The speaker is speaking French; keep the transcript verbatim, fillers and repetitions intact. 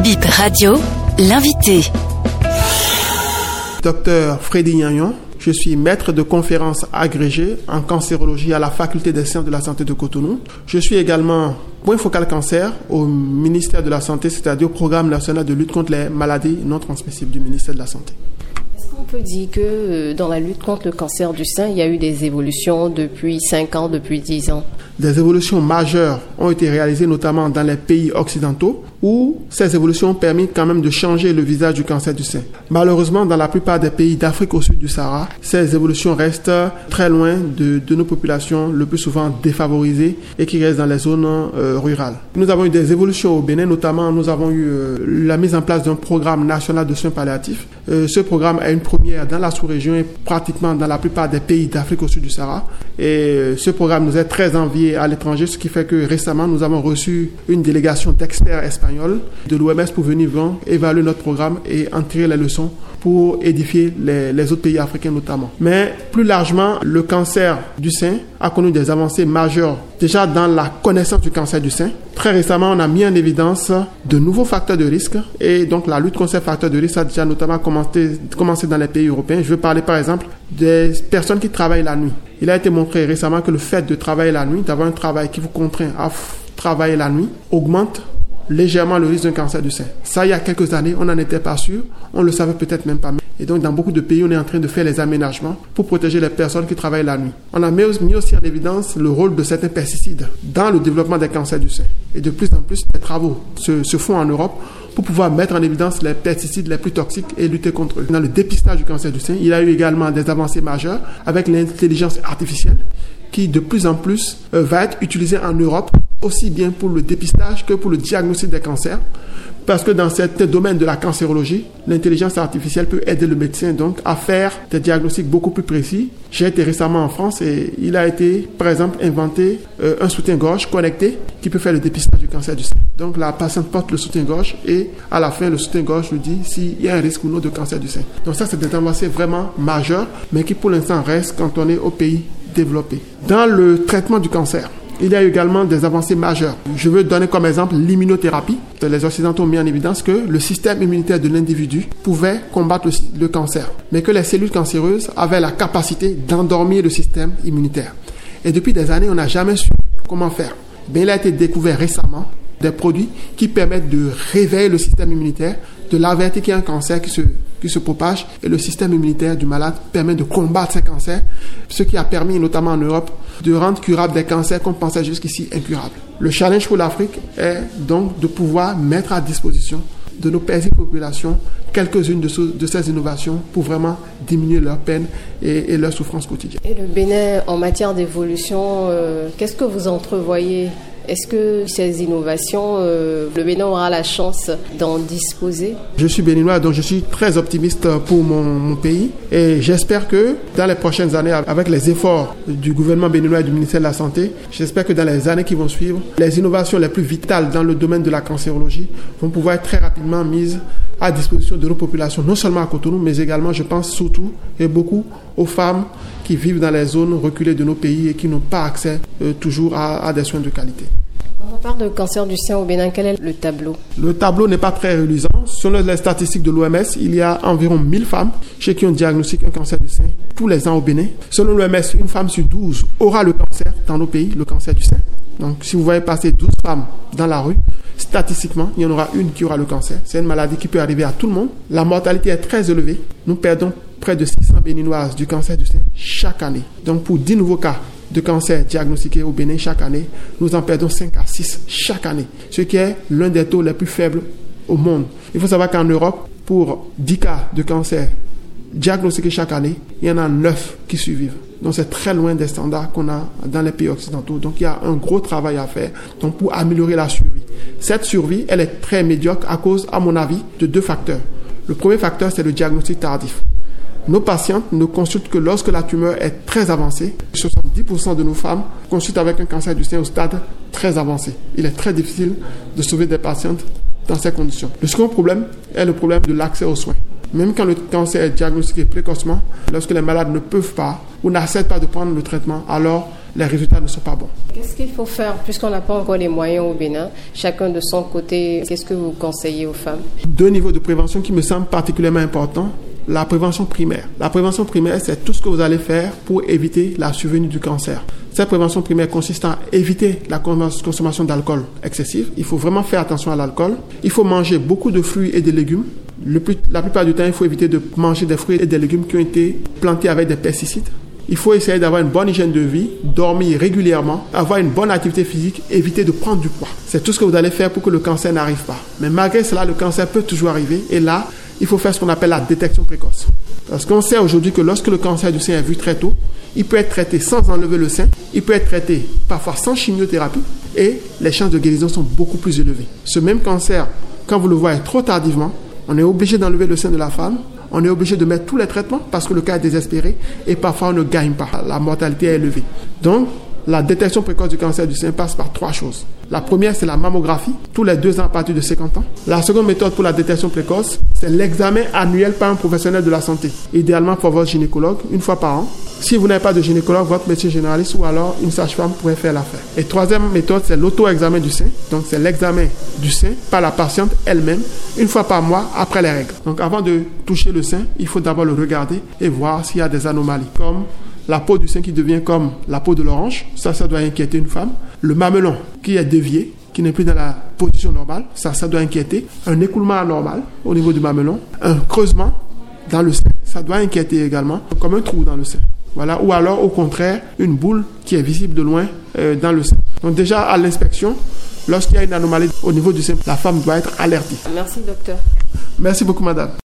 Bip Radio, l'invité. Docteur Freddy Nyagnon, je suis maître de conférences agrégé en cancérologie à la Faculté des sciences de la santé de Cotonou. Je suis également point focal cancer au ministère de la Santé, c'est-à-dire au programme national de lutte contre les maladies non transmissibles du ministère de la Santé. On peut dire que dans la lutte contre le cancer du sein, il y a eu des évolutions depuis cinq ans, depuis dix ans. Des évolutions majeures ont été réalisées notamment dans les pays occidentaux où ces évolutions ont permis quand même de changer le visage du cancer du sein. Malheureusement, dans la plupart des pays d'Afrique au sud du Sahara, ces évolutions restent très loin de, de nos populations le plus souvent défavorisées et qui restent dans les zones euh, rurales. Nous avons eu des évolutions au Bénin, notamment nous avons eu euh, la mise en place d'un programme national de soins palliatifs. Euh, ce programme a une première dans la sous-région et pratiquement dans la plupart des pays d'Afrique au sud du Sahara. Et euh, ce programme nous est très envié à l'étranger, ce qui fait que récemment, nous avons reçu une délégation d'experts espagnols de l'O M S pour venir vraiment évaluer notre programme et en tirer les leçons pour édifier les, les autres pays africains notamment. Mais plus largement, le cancer du sein a connu des avancées majeures déjà dans la connaissance du cancer du sein. Très récemment, on a mis en évidence de nouveaux facteurs de risque et donc la lutte contre ces facteurs de risque a déjà notamment commencé, commencé dans les pays européens. Je veux parler par exemple des personnes qui travaillent la nuit. Il a été montré récemment que le fait de travailler la nuit, d'avoir un travail qui vous contraint à f- travailler la nuit, augmente légèrement le risque d'un cancer du sein. Ça, il y a quelques années, on n'en était pas sûr, on le savait peut-être même pas. Et donc, dans beaucoup de pays, on est en train de faire les aménagements pour protéger les personnes qui travaillent la nuit. On a mis aussi en évidence le rôle de certains pesticides dans le développement des cancers du sein. Et de plus en plus, des travaux se, se font en Europe pour pouvoir mettre en évidence les pesticides les plus toxiques et lutter contre eux. Dans le dépistage du cancer du sein, il y a eu également des avancées majeures avec l'intelligence artificielle qui de plus en plus euh, va être utilisée en Europe, aussi bien pour le dépistage que pour le diagnostic des cancers. Parce que dans certains domaines de la cancérologie, l'intelligence artificielle peut aider le médecin donc à faire des diagnostics beaucoup plus précis. J'ai été récemment en France et il a été, par exemple, inventé euh, un soutien-gorge connecté qui peut faire le dépistage du cancer du sein. Donc la patiente porte le soutien-gorge et à la fin, le soutien-gorge lui dit s'il y a un risque ou non de cancer du sein. Donc ça, c'est des avancées vraiment majeures, mais qui pour l'instant restent cantonnnées aux pays développés. Dans le traitement du cancer, il y a également des avancées majeures. Je veux donner comme exemple l'immunothérapie. Les Occidentaux ont mis en évidence que le système immunitaire de l'individu pouvait combattre le, le cancer, mais que les cellules cancéreuses avaient la capacité d'endormir le système immunitaire. Et depuis des années, on n'a jamais su comment faire. Mais il a été découvert récemment des produits qui permettent de réveiller le système immunitaire, de l'avertir qu'il y a un cancer qui se, qui se propage et le système immunitaire du malade permet de combattre ces cancers, ce qui a permis notamment en Europe de rendre curables des cancers qu'on pensait jusqu'ici incurables. Le challenge pour l'Afrique est donc de pouvoir mettre à disposition de nos petites populations quelques-unes de, ce, de ces innovations pour vraiment diminuer leur peine et, et leur souffrance quotidienne. Et le Bénin, en matière d'évolution, euh, qu'est-ce que vous entrevoyez ? Est-ce que ces innovations, euh, le Bénin aura la chance d'en disposer ? Je suis béninois, donc je suis très optimiste pour mon, mon pays et j'espère que dans les prochaines années, avec les efforts du gouvernement béninois et du ministère de la Santé, j'espère que dans les années qui vont suivre, les innovations les plus vitales dans le domaine de la cancérologie vont pouvoir être très rapidement mises à disposition de nos populations, non seulement à Cotonou, mais également, je pense surtout et beaucoup aux femmes qui vivent dans les zones reculées de nos pays et qui n'ont pas accès euh, toujours à, à des soins de qualité. Quand on parle de cancer du sein au Bénin, quel est le tableau ? Le tableau n'est pas très reluisant. Selon les statistiques de l'O M S, il y a environ mille femmes chez qui on diagnostique un cancer du sein tous les ans au Bénin. Selon l'O M S, une femme sur douze aura le cancer dans nos pays, le cancer du sein. Donc, si vous voyez passer douze femmes dans la rue, statistiquement, il y en aura une qui aura le cancer. C'est une maladie qui peut arriver à tout le monde. La mortalité est très élevée. Nous perdons près de six cents béninoises du cancer du sein chaque année. Donc, pour dix nouveaux cas de cancer diagnostiqués au Bénin chaque année, nous en perdons cinq à six chaque année, ce qui est l'un des taux les plus faibles au monde. Il faut savoir qu'en Europe, pour dix cas de cancer diagnostiqués chaque année, il y en a neuf qui survivent. Donc, c'est très loin des standards qu'on a dans les pays occidentaux. Donc, il y a un gros travail à faire donc, pour améliorer la survie. Cette survie, elle est très médiocre à cause, à mon avis, de deux facteurs. Le premier facteur, c'est le diagnostic tardif. Nos patientes ne consultent que lorsque la tumeur est très avancée. soixante-dix pour cent de nos femmes consultent avec un cancer du sein au stade très avancé. Il est très difficile de sauver des patientes dans ces conditions. Le second problème est le problème de l'accès aux soins. Même quand le cancer est diagnostiqué précocement, lorsque les malades ne peuvent pas ou n'acceptent pas de prendre le traitement, alors les résultats ne sont pas bons. Qu'est-ce qu'il faut faire puisqu'on n'a pas encore les moyens au Bénin, chacun de son côté? Qu'est-ce que vous conseillez aux femmes? Deux niveaux de prévention qui me semblent particulièrement importants. La prévention primaire. La prévention primaire, c'est tout ce que vous allez faire pour éviter la survenue du cancer. Cette prévention primaire consiste à éviter la consommation d'alcool excessive. Il faut vraiment faire attention à l'alcool. Il faut manger beaucoup de fruits et de légumes. Le plus, la plupart du temps, il faut éviter de manger des fruits et des légumes qui ont été plantés avec des pesticides. Il faut essayer d'avoir une bonne hygiène de vie, dormir régulièrement, avoir une bonne activité physique, éviter de prendre du poids. C'est tout ce que vous allez faire pour que le cancer n'arrive pas. Mais malgré cela, le cancer peut toujours arriver. Et là, il faut faire ce qu'on appelle la détection précoce. Parce qu'on sait aujourd'hui que lorsque le cancer du sein est vu très tôt, il peut être traité sans enlever le sein, il peut être traité parfois sans chimiothérapie et les chances de guérison sont beaucoup plus élevées. Ce même cancer, quand vous le voyez trop tardivement, on est obligé d'enlever le sein de la femme, on est obligé de mettre tous les traitements parce que le cas est désespéré et parfois on ne gagne pas. La mortalité est élevée. Donc, la détection précoce du cancer du sein passe par trois choses. La première, c'est la mammographie, tous les deux ans à partir de cinquante ans. La seconde méthode pour la détection précoce, c'est l'examen annuel par un professionnel de la santé. Idéalement pour votre gynécologue, une fois par an. Si vous n'avez pas de gynécologue, votre médecin généraliste ou alors une sage-femme pourrait faire l'affaire. Et troisième méthode, c'est l'auto-examen du sein. Donc, c'est l'examen du sein par la patiente elle-même, une fois par mois après les règles. Donc, avant de toucher le sein, il faut d'abord le regarder et voir s'il y a des anomalies, comme la peau du sein qui devient comme la peau de l'orange, ça, ça doit inquiéter une femme. Le mamelon qui est dévié, qui n'est plus dans la position normale, ça, ça doit inquiéter. Un écoulement anormal au niveau du mamelon, un creusement dans le sein, ça doit inquiéter également, comme un trou dans le sein. Voilà. Ou alors, au contraire, une boule qui est visible de loin euh, dans le sein. Donc déjà, à l'inspection, lorsqu'il y a une anomalie au niveau du sein, la femme doit être alertée. Merci, docteur. Merci beaucoup, madame.